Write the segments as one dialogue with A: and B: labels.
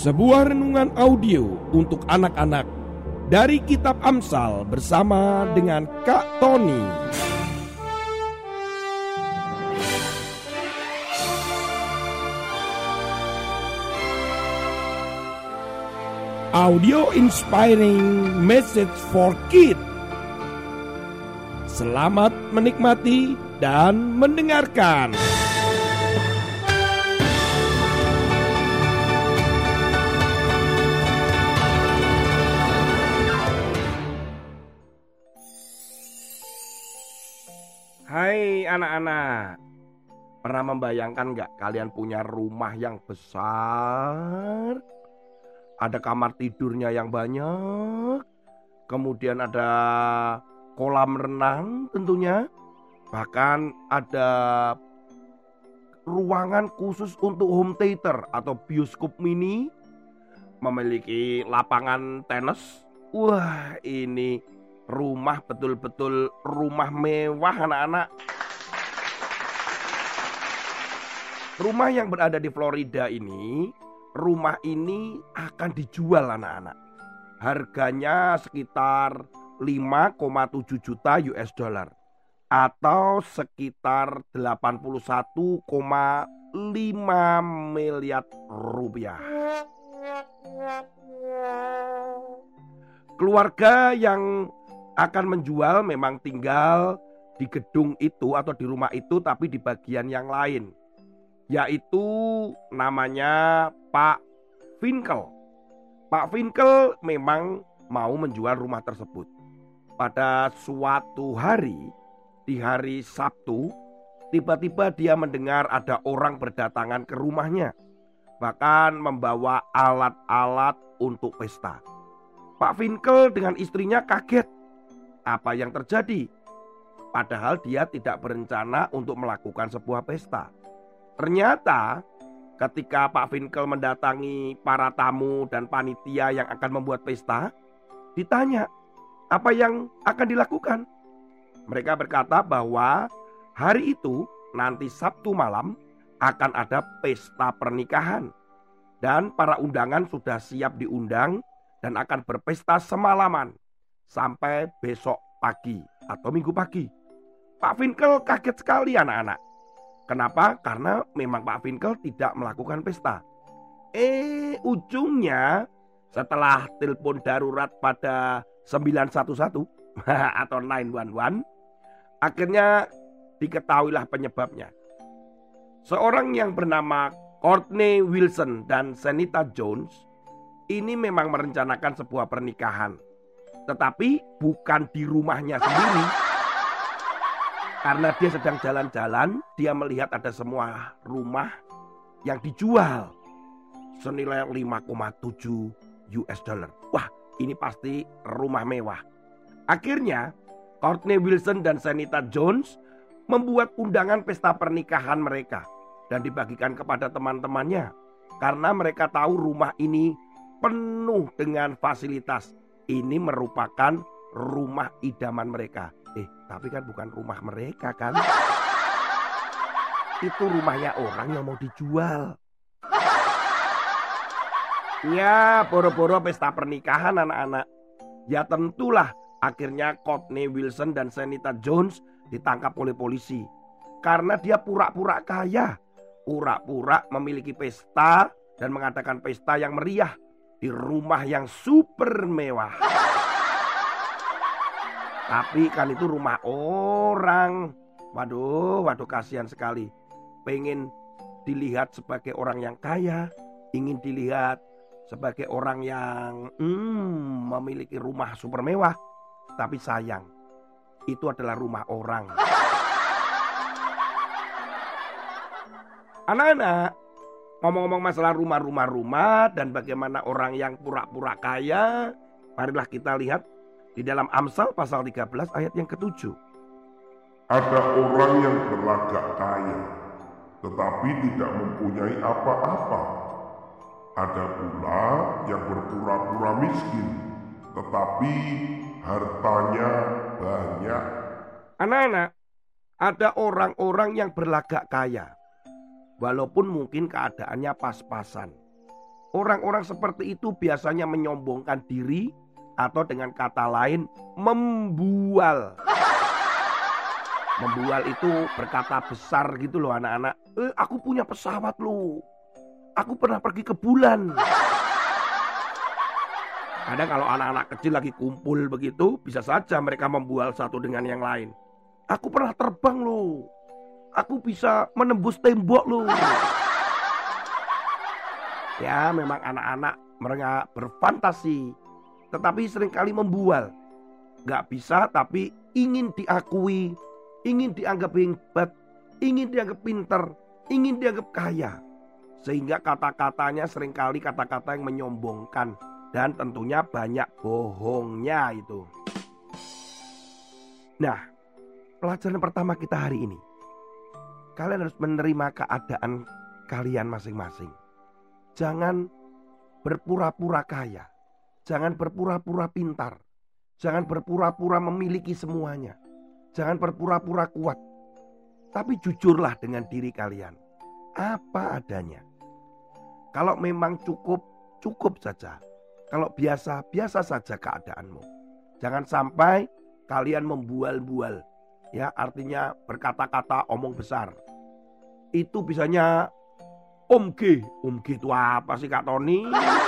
A: Sebuah renungan audio untuk anak-anak dari Kitab Amsal bersama dengan Kak Tony. Audio inspiring message for kids. Selamat menikmati dan mendengarkan. Hai anak-anak, pernah membayangkan gak kalian punya rumah yang besar? Ada kamar tidurnya yang banyak, kemudian ada kolam renang tentunya, bahkan ada ruangan khusus untuk home theater atau bioskop mini, memiliki lapangan tenis. Wah, ini rumah betul-betul rumah mewah anak-anak. Rumah yang berada di Florida ini, rumah ini akan dijual anak-anak. Harganya sekitar 5,7 juta US dollar atau sekitar 81,5 miliar rupiah. Keluarga yang akan menjual memang tinggal di gedung itu atau di rumah itu, tapi di bagian yang lain, yaitu namanya Pak Finkel. Pak Finkel memang mau menjual rumah tersebut. Pada suatu hari, di hari Sabtu, tiba-tiba dia mendengar ada orang berdatangan ke rumahnya, bahkan membawa alat-alat untuk pesta. Pak Finkel dengan istrinya kaget. Apa yang terjadi? Padahal dia tidak berencana untuk melakukan sebuah pesta. Ternyata ketika Pak Finkel mendatangi para tamu dan panitia yang akan membuat pesta, ditanya apa yang akan dilakukan. Mereka berkata bahwa hari itu nanti Sabtu malam akan ada pesta pernikahan. Dan para undangan sudah siap diundang dan akan berpesta semalaman sampai besok pagi atau minggu pagi. Pak Finkel kaget sekali anak-anak. Kenapa? Karena memang Pak Finkel tidak melakukan pesta. Ujungnya setelah telepon darurat pada 911 atau 911, akhirnya diketahuilah penyebabnya. Seorang yang bernama Courtney Wilson dan Shanita Jones ini memang merencanakan sebuah pernikahan, tetapi bukan di rumahnya sendiri. Karena dia sedang jalan-jalan, dia melihat ada semua rumah yang dijual senilai 5,7 US dollar. Wah, ini pasti rumah mewah. Akhirnya, Courtney Wilson dan Shanita Jones membuat undangan pesta pernikahan mereka dan dibagikan kepada teman-temannya. Karena mereka tahu rumah ini penuh dengan fasilitas. Ini merupakan rumah idaman mereka. Tapi kan bukan rumah mereka kan? Itu rumahnya orang yang mau dijual. Ya, boro-boro pesta pernikahan anak-anak. Ya tentulah akhirnya Courtney Wilson dan Shanita Jones ditangkap oleh polisi. Karena dia pura-pura kaya. Pura-pura memiliki pesta dan mengadakan pesta yang meriah di rumah yang super mewah. Tapi kan itu rumah orang. Waduh, kasihan sekali. Pengen dilihat sebagai orang yang kaya, ingin dilihat sebagai orang yang memiliki rumah super mewah. Tapi sayang, itu adalah rumah orang. Anak-anak, ngomong-ngomong masalah rumah dan bagaimana orang yang pura-pura kaya, marilah kita lihat di dalam Amsal pasal 13 ayat yang ke-7.
B: Ada orang yang berlagak kaya, tetapi tidak mempunyai apa-apa. Ada pula yang berpura-pura miskin, tetapi hartanya banyak.
A: Anak-anak, ada orang-orang yang berlagak kaya, walaupun mungkin keadaannya pas-pasan. Orang-orang seperti itu biasanya menyombongkan diri atau dengan kata lain membual. Membual itu berkata besar gitu loh anak-anak. Aku punya pesawat loh. Aku pernah pergi ke bulan. Kadang kalau anak-anak kecil lagi kumpul begitu, bisa saja mereka membual satu dengan yang lain. Aku pernah terbang loh. Aku bisa menembus tembok loh. Ya memang anak-anak mereka berfantasi, tetapi seringkali membual. Gak bisa tapi ingin diakui, ingin dianggap hebat, ingin dianggap pinter, ingin dianggap kaya. Sehingga kata-katanya seringkali kata-kata yang menyombongkan. Dan tentunya banyak bohongnya itu. Nah, pelajaran pertama kita hari ini. Kalian harus menerima keadaan kalian masing-masing. Jangan berpura-pura kaya. Jangan berpura-pura pintar. Jangan berpura-pura memiliki semuanya. Jangan berpura-pura kuat. Tapi jujurlah dengan diri kalian. Apa adanya. Kalau memang cukup, cukup saja. Kalau biasa, biasa saja keadaanmu. Jangan sampai kalian membual-bual. Ya, artinya berkata-kata omong besar. Itu bisanya Om G. Om G itu apa sih Kak Tony?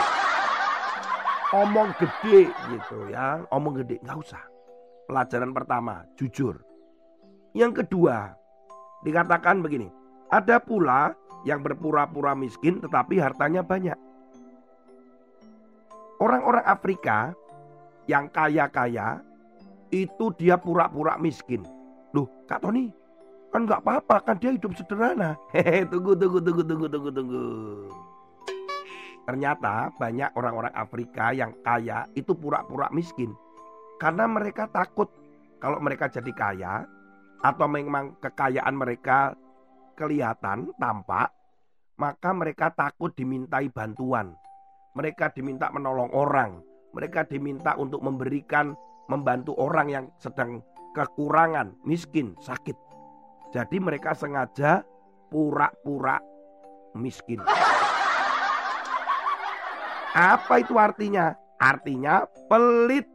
A: Omong gede gitu ya. Omong gede, nggak usah. Pelajaran pertama, jujur. Yang kedua, dikatakan begini. Ada pula yang berpura-pura miskin tetapi hartanya banyak. Orang-orang Afrika yang kaya-kaya itu dia pura-pura miskin. Loh Kak Tony, kan nggak apa-apa, kan dia hidup sederhana. Hehe, tunggu. Ternyata banyak orang-orang Afrika yang kaya itu pura-pura miskin. Karena mereka takut kalau mereka jadi kaya atau memang kekayaan mereka kelihatan, tampak, maka mereka takut dimintai bantuan. Mereka diminta menolong orang. Mereka diminta untuk membantu orang yang sedang kekurangan, miskin, sakit. Jadi mereka sengaja pura-pura miskin. Apa itu artinya? Artinya pelit.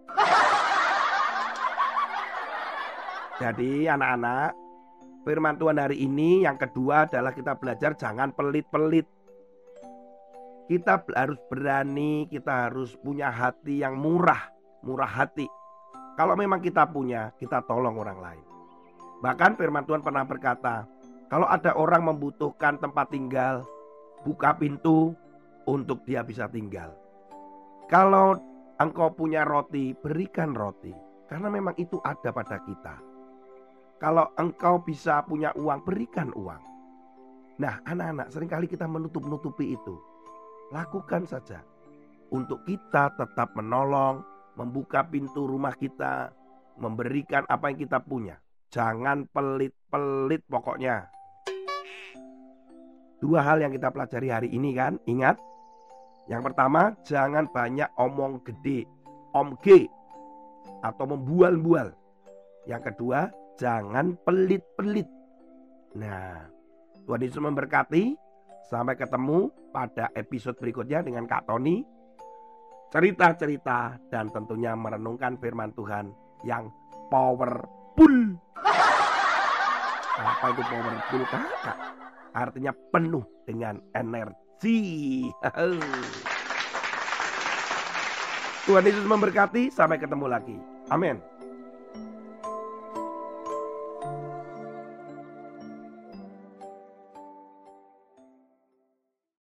A: Jadi anak-anak, firman Tuhan hari ini yang kedua adalah kita belajar jangan pelit-pelit. Kita harus berani, kita harus punya hati yang murah hati. Kalau memang kita punya, kita tolong orang lain. Bahkan firman Tuhan pernah berkata, kalau ada orang membutuhkan tempat tinggal, buka pintu untuk dia bisa tinggal. Kalau engkau punya roti, berikan roti. Karena memang itu ada pada kita. Kalau engkau bisa punya uang, berikan uang. Nah anak-anak, seringkali kita menutup-nutupi itu. Lakukan saja. Untuk kita tetap menolong, membuka pintu rumah kita, memberikan apa yang kita punya. Jangan pelit-pelit pokoknya. Dua hal yang kita pelajari hari ini kan, ingat. Yang pertama, jangan banyak omong gede, Om G, atau membual-bual. Yang kedua, jangan pelit-pelit. Nah, Tuhan Yesus memberkati. Sampai ketemu pada episode berikutnya dengan Kak Tony. Cerita-cerita dan tentunya merenungkan firman Tuhan yang powerful. Apa itu powerful Kakak? Artinya penuh dengan energi. Tuhan Yesus memberkati. Sampai ketemu lagi. Amin.